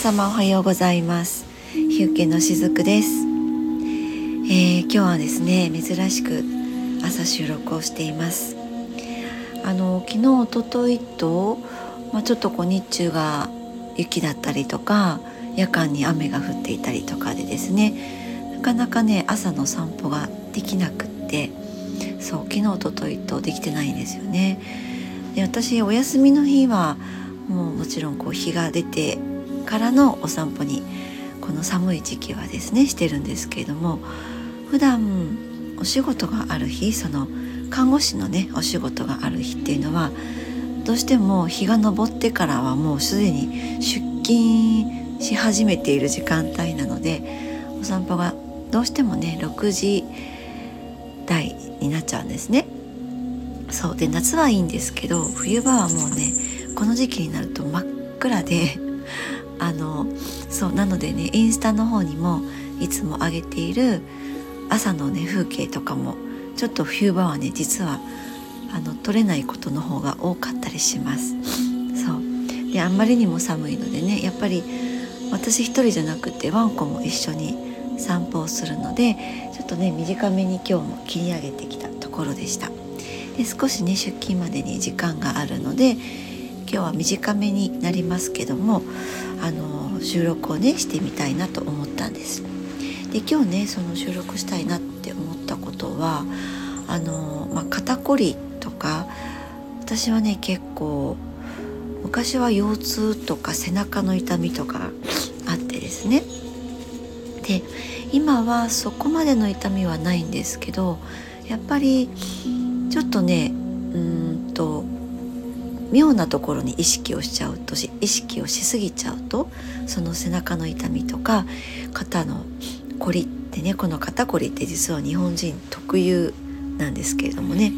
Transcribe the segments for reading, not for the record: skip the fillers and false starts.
様おはようございます。日向のしずくです。今日はですね、珍しく朝収録をしています。昨日一昨日と、ちょっと日中が雪だったりとか夜間に雨が降っていたりとかでですね、なかなかね朝の散歩ができなくって、昨日一昨日とできてないんですよね。で、私お休みの日はもちろん日が出てからのお散歩にこの寒い時期はですねしてるんですけれども、普段お仕事がある日、その看護師のねお仕事がある日っていうのはどうしても日が昇ってからはもうすでに出勤し始めている時間帯なので、お散歩がどうしてもね6時台になっちゃうんですね。そうで、夏はいいんですけど、冬場はもうねこの時期になると真っ暗でなのでね、インスタの方にもいつも上げている朝のね風景とかもちょっと冬場はね実は撮れないことの方が多かったりします。そうで、あんまりにも寒いのでね、やっぱり私一人じゃなくてワンコも一緒に散歩をするので、ちょっとね短めに今日も切り上げてきたところでした。で、少しね出勤までに時間があるので今日は短めになりますけども、収録をねしてみたいなと思ったんです。で、今日ねその収録したいなって思ったことは肩こりとか、私はね結構昔は腰痛とか背中の痛みとかあってですね、で今はそこまでの痛みはないんですけど、やっぱりちょっとね妙なところに意識をしすぎちゃうと、その背中の痛みとか肩のこりってね、この肩こりって実は日本人特有なんですけれどもね、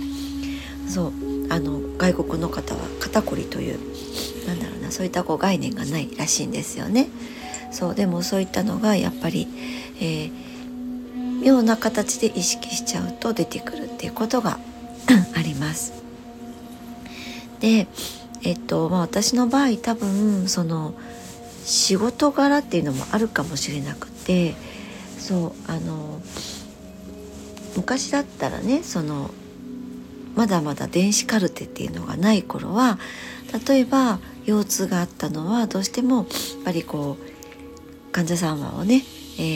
外国の方は肩こりというそういった概念がないらしいんですよね。でもそういったのがやっぱり、妙な形で意識しちゃうと出てくるっていうことがあります。で、私の場合多分その仕事柄っていうのもあるかもしれなくて、昔だったらねまだまだ電子カルテっていうのがない頃は、例えば腰痛があったのはどうしてもやっぱり患者様をね、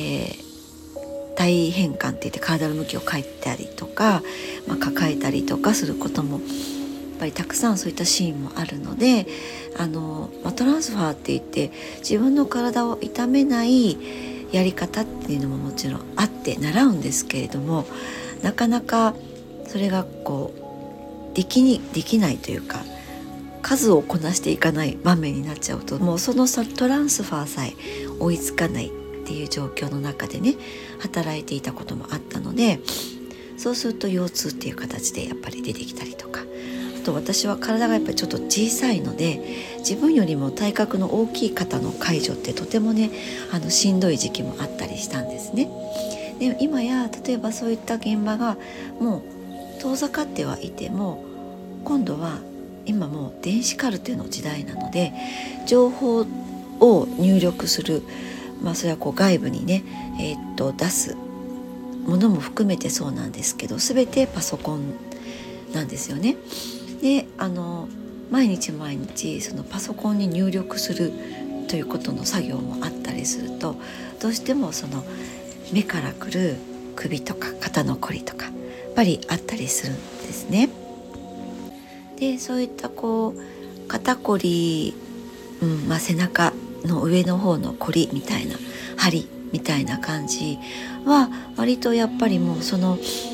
体変換って言って体の向きを変えたりとか、抱えたりとかすることもやっぱりたくさんそういったシーンもあるので、トランスファーって言って自分の体を痛めないやり方っていうのももちろんあって習うんですけれども、なかなかそれができないというか、数をこなしていかない場面になっちゃうと、もうそのトランスファーさえ追いつかないっていう状況の中でね働いていたこともあったので、そうすると腰痛っていう形でやっぱり出てきたりとか、あと私は体がやっぱりちょっと小さいので、自分よりも体格の大きい方の介助ってとてもねしんどい時期もあったりしたんですね。で、今や例えばそういった現場がもう遠ざかってはいても、今度は今もう電子カルテの時代なので、情報を入力する、それは外部にね、出すものも含めてそうなんですけど、全てパソコンなんですよね。で、毎日そのパソコンに入力するということの作業もあったりすると、どうしてもその目からくる首とか肩のこりとかやっぱりあったりするんですね。で、そういった肩こり、背中の上の方のこりみたいな、張りみたいな感じは割とやっぱりもうその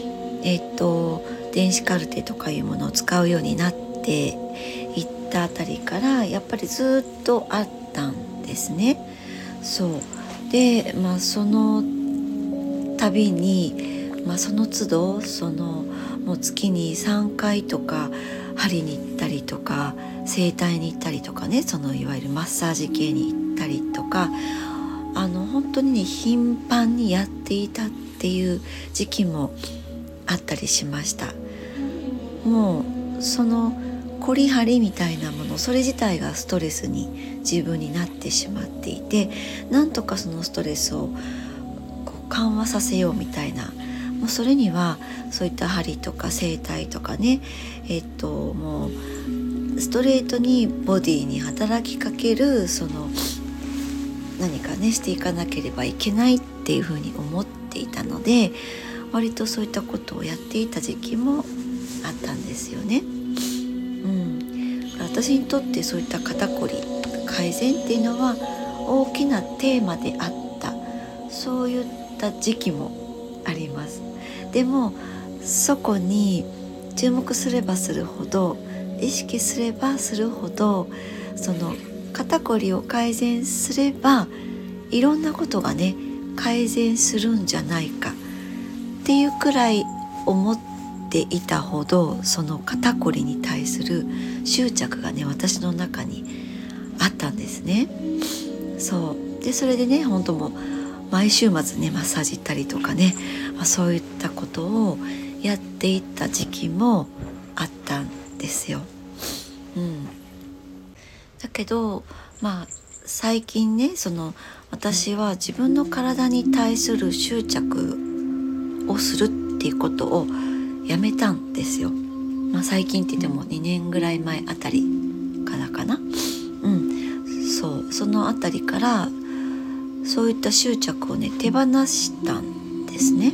電子カルテとかいうものを使うようになっていったあたりからやっぱりずっとあったんですね。で、その度に、その都度もう月に3回とか針に行ったりとか整体に行ったりとかね、いわゆるマッサージ系に行ったりとか、本当にね頻繁にやっていたっていう時期もあったりしました。もうその凝り張りみたいなもの、それ自体がストレスに自分になってしまっていて、なんとかそのストレスをこう緩和させようみたいな、もうそれにはそういった針とか整体とかね、もうストレートにボディに働きかけるその何かねしていかなければいけないっていうふうに思っていたので、割とそういったことをやっていた時期もあったんですよね。私にとってそういった肩こり改善っていうのは大きなテーマであった、そういった時期もあります。でもそこに注目すればするほど、意識すればするほど、その肩こりを改善すればいろんなことがね改善するんじゃないかっていうくらい思っていたほど、その肩こりに対する執着がね私の中にあったんですね。そうで、それでね本当もう毎週末ねマッサージ行ったりとかね、そういったことをやっていった時期もあったんですよ。だけど最近ね、その私は自分の体に対する執着をするっていうことをやめたんですよ。最近って言っても2年ぐらい前あたりからかな。そのあたりからそういった執着をね手放したんですね。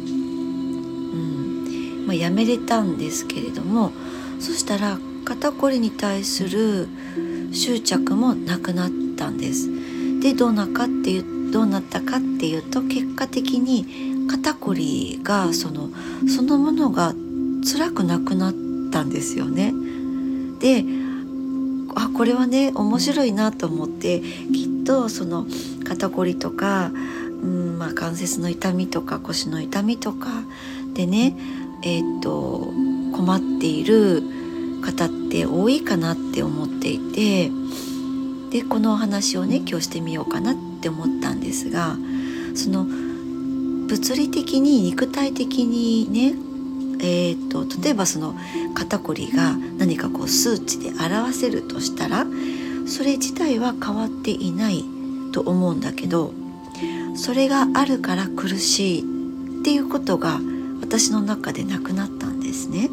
やめれたんですけれども、そしたら肩こりに対する執着もなくなったんです。でどうなったかっていうと、結果的に肩こりがそのものが辛くなくなったんですよね。でこれはね面白いなと思って、きっとその肩こりとか、関節の痛みとか腰の痛みとかでね、困っている方って多いかなって思っていて、でこのお話をね今日してみようかなって思ったんですが、その物理的に肉体的にね、例えばその肩こりが何かこう数値で表せるとしたら、それ自体は変わっていないと思うんだけど、それがあるから苦しいっていうことが私の中でなくなったんですね。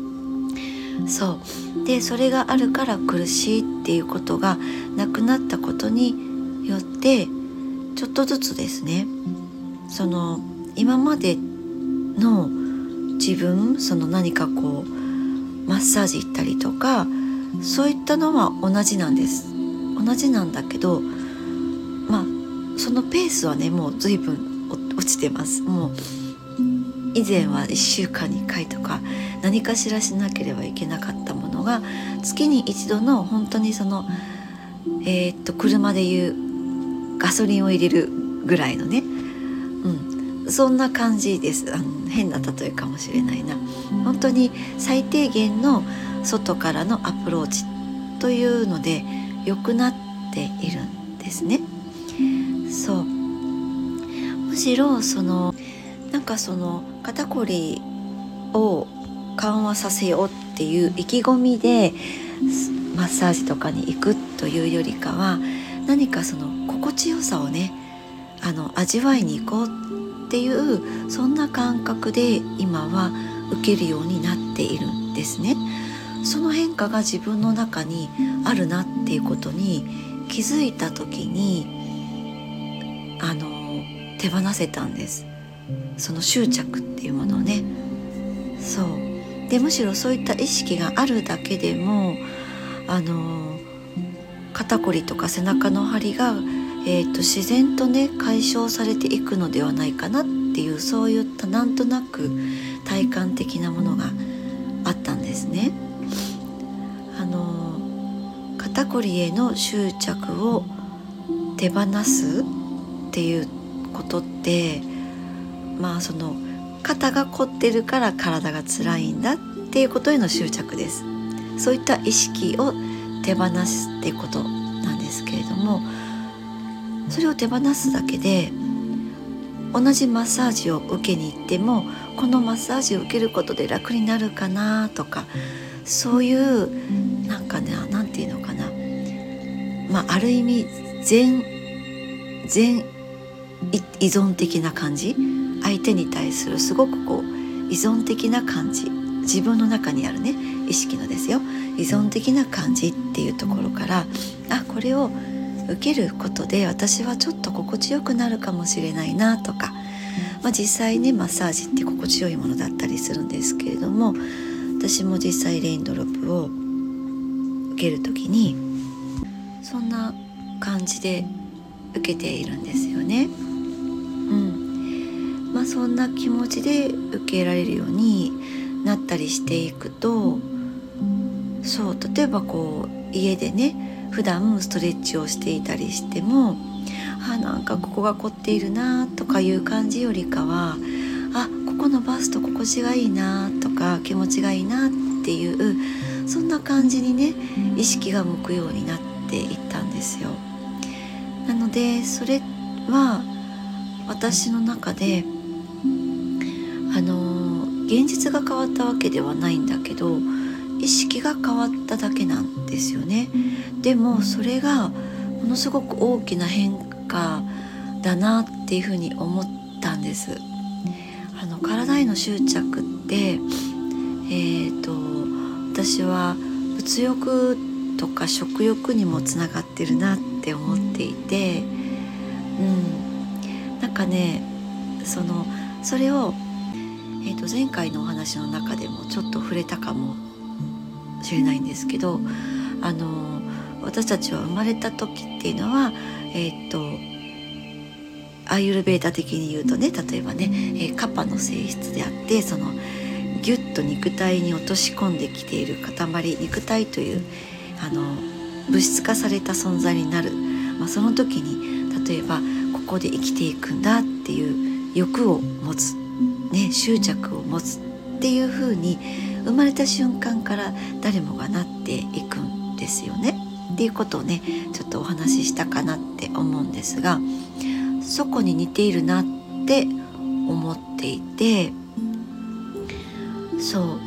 そうで、それがあるから苦しいっていうことがなくなったことによって、ちょっとずつですね、その今までの自分、その何かこうマッサージ行ったりとかそういったのは同じなんです。同じなんだけど、そのペースはねもう随分落ちてます。もう以前は1週間に1回とか何かしらしなければいけなかったものが、月に一度の本当にその車でいうガソリンを入れるぐらいのね、そんな感じです。変な例えかもしれないな。本当に最低限の外からのアプローチというので良くなっているんですね。そう、むしろその肩こりを緩和させようっていう意気込みでマッサージとかに行くというよりかは、何かその心地よさをね味わいに行こうっていうそんな感覚で今は受けるようになっているんですね。その変化が自分の中にあるなっていうことに気づいた時に手放せたんです。その執着っていうものをね。そうで、むしろそういった意識があるだけでも肩こりとか背中の張りが、自然とね解消されていくのではないかなっていう、そういったなんとなく体感的なものがあったんですね。肩こりへの執着を手放すっていうことって、その肩が凝ってるから体が辛いんだっていうことへの執着です。そういった意識を手放すっていうことなんですけれども、それを手放すだけで同じマッサージを受けに行っても、このマッサージを受けることで楽になるかなとか、そういう、 なんかね、なんていうのかな、ある意味全依存的な感じ、相手に対するすごくこう依存的な感じ、自分の中にあるね、意識のですよ、依存的な感じっていうところから、これを受けることで私はちょっと心地よくなるかもしれないなとか、実際ねマッサージって心地よいものだったりするんですけれども、私も実際レインドロップを受けるときにそんな感じで受けているんですよね。そんな気持ちで受けられるようになったりしていくと、そう例えばこう家でね普段ストレッチをしていたりしても、なんかここが凝っているなとかいう感じよりかは、ここ伸ばすと心地がいいなとか気持ちがいいなっていう、そんな感じにね意識が向くようになっていったんですよ。なのでそれは私の中で現実が変わったわけではないんだけど、意識が変わっただけなんですよね。でもそれがものすごく大きな変化だなっていうふうに思ったんです。体への執着って、私は物欲とか食欲にもつながってるなって思っていて、なんかねそれを前回のお話の中でもちょっと触れたかもしれないんですけど、私たちは生まれた時っていうのは、アーユルヴェーダ的に言うとね、例えばね、カパの性質であって、そのギュッと肉体に落とし込んできている塊、肉体という物質化された存在になる、その時に例えばここで生きていくんだっていう欲を持つ、執着を持つっていう風に生まれた瞬間から誰もがなっていくんですよねっていうことをねちょっとお話ししたかなって思うんですが、そこに似ているなって思っていて、そう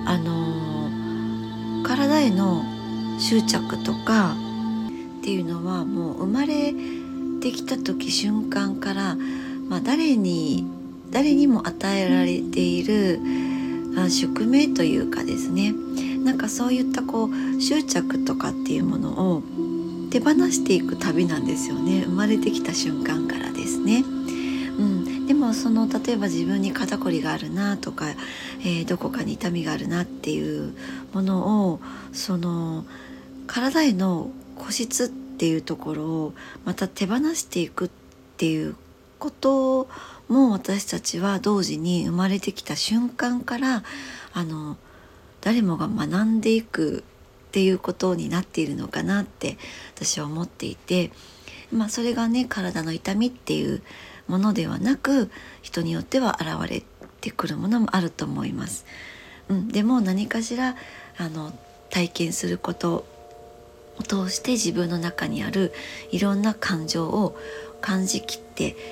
体への執着とかっていうのはもう生まれてきた時瞬間から、誰にも与えられている宿命というかですね、なんかそういったこう執着とかっていうものを手放していく旅なんですよね、生まれてきた瞬間からですね。でも例えば自分に肩こりがあるなとか、どこかに痛みがあるなっていうものを体への固執っていうところをまた手放していくっていうことも、私たちは同時に生まれてきた瞬間から誰もが学んでいくっていうことになっているのかなって私は思っていて、それがね体の痛みっていうものではなく、人によっては現れてくるものもあると思います。でも何かしら体験することを通して自分の中にあるいろんな感情を感じきって、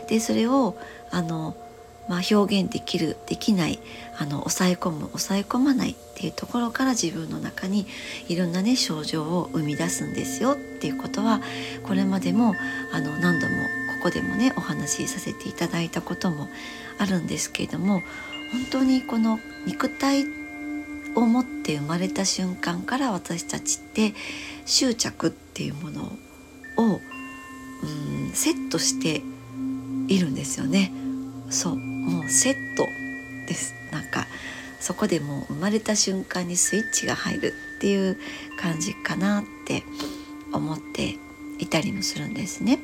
でそれを表現できるできない、抑え込まないっていうところから自分の中にいろんなね症状を生み出すんですよっていうことは、これまでも何度もここでもねお話しさせていただいたこともあるんですけれども、本当にこの肉体を持って生まれた瞬間から私たちって執着っていうものをセットしているんですよね。もうセットです。なんかそこでもう生まれた瞬間にスイッチが入るっていう感じかなって思っていたりもするんですね。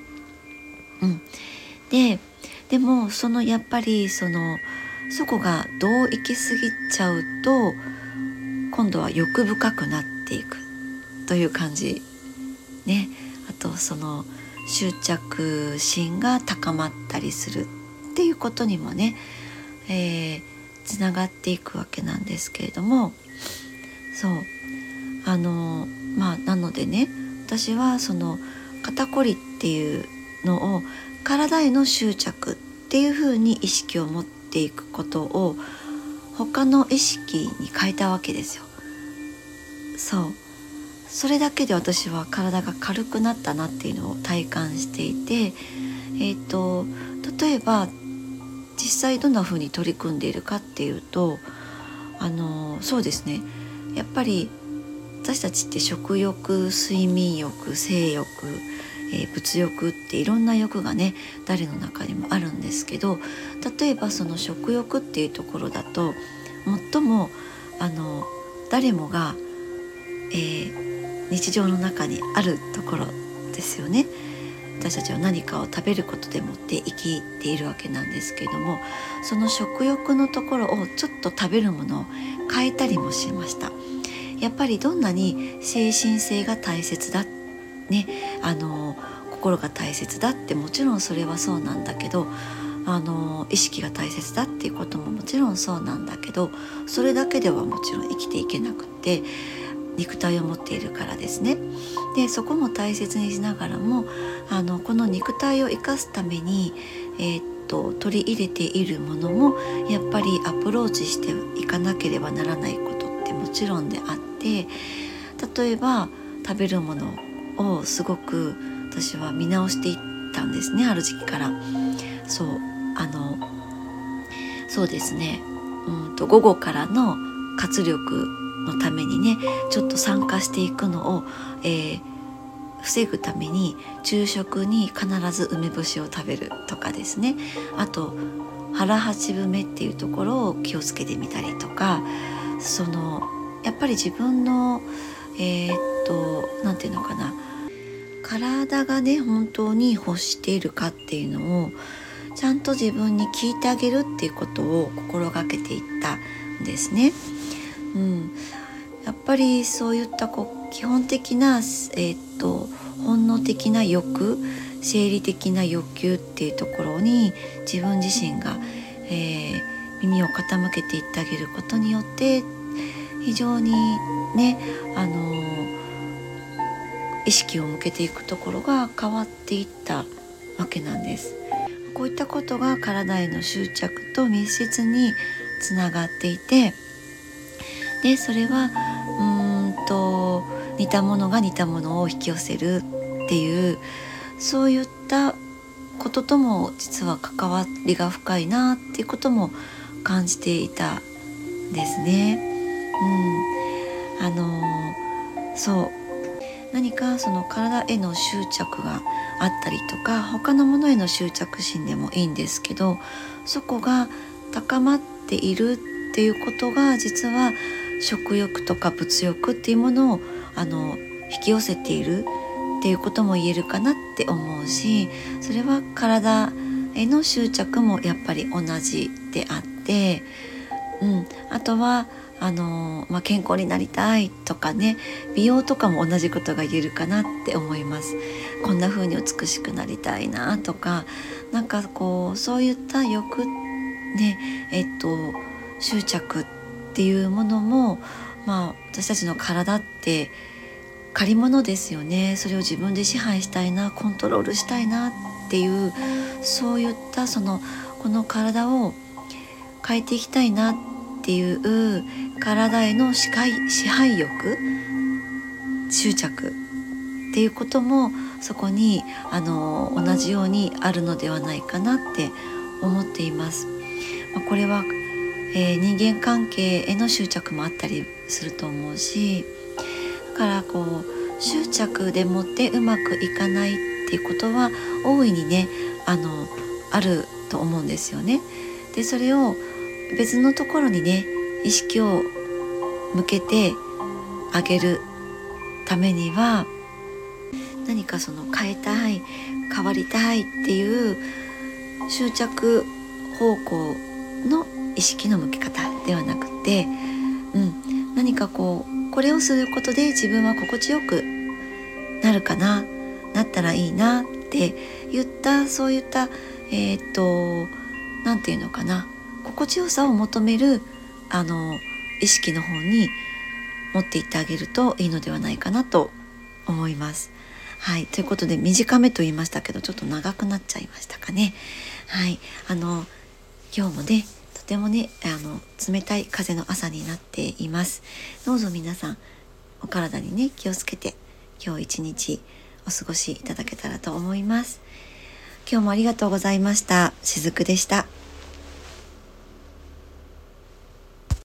でもやっぱりそこがどう行き過ぎちゃうと今度は欲深くなっていくという感じね。あと執着心が高まったりするっていうことにもね、つながっていくわけなんですけれども、なのでね、私は肩こりっていうのを体への執着っていう風に意識を持っていくことを他の意識に変えたわけですよ。 それだけで私は体が軽くなったなっていうのを体感していて、例えば実際どんな風に取り組んでいるかっていうと、そうですね、やっぱり私たちって食欲、睡眠欲、性欲、物欲っていろんな欲がね誰の中にもあるんですけど、例えばその食欲っていうところだと最も誰もが、日常の中にあるところですよね。私たちは何かを食べることでもって生きているわけなんですけれども、その食欲のところをちょっと食べるものを変えたりもしました。やっぱりどんなに精神性が大切だね、心が大切だってもちろんそれはそうなんだけど、意識が大切だっていうことももちろんそうなんだけど、それだけではもちろん生きていけなくって肉体を持っているからですね。でそこも大切にしながらもこの肉体を生かすために、取り入れているものもやっぱりアプローチしていかなければならないことってもちろんであって、例えば食べるものをすごく私は見直していったんですね、ある時期から。そうですね、午後からの活力のためにねちょっと参加していくのを、防ぐために昼食に必ず梅干しを食べるとかですね、あと腹八分目っていうところを気をつけてみたりとか、やっぱり自分のなんていうのかな、体がね本当に欲しているかっていうのをちゃんと自分に聞いてあげるっていうことを心がけていったんですね。やっぱりそういった基本的な、本能的な欲、生理的な欲求っていうところに自分自身が、耳を傾けていってあげることによって非常にね、意識を向けていくところが変わっていったわけなんです。こういったことが体への執着と密接につながっていて、でそれは似たものが似たものを引き寄せるっていうそういったこととも実は関わりが深いなっていうことも感じていたんですね。そう何かその体への執着があったりとか他のものへの執着心でもいいんですけど、そこが高まっているっていうことが実は食欲とか物欲っていうものを引き寄せているっていうことも言えるかなって思うし、それは体への執着もやっぱり同じであって、あとは健康になりたいとかね、美容とかも同じことが言えるかなって思います。こんな風に美しくなりたいなとか、なんかそういった欲ね、執着っていうものも私たちの体って借り物ですよね。それを自分で支配したいな、コントロールしたいなっていうそういったこの体を変えていきたいなっていう体への支配欲、執着っていうこともそこに同じようにあるのではないかなって思っています。これは、人間関係への執着もあったりすると思うし、だから執着でもってうまくいかないっていうことは大いにねあると思うんですよね。でそれを別のところにね意識を向けてあげるためには何か変えたい、変わりたいっていう執着方向の意識の向け方ではなくて、何かこれをすることで自分は心地よくなるかな、なったらいいなって言ったそういったなんていうのかな、心地よさを求める意識の方に持っていってあげるといいのではないかなと思います。はい、ということで短めと言いましたけどちょっと長くなっちゃいましたかね。はい、今日もねとてもね冷たい風の朝になっています。どうぞ皆さんお体にね気をつけて今日一日お過ごしいただけたらと思います。今日もありがとうございました。しずくでした。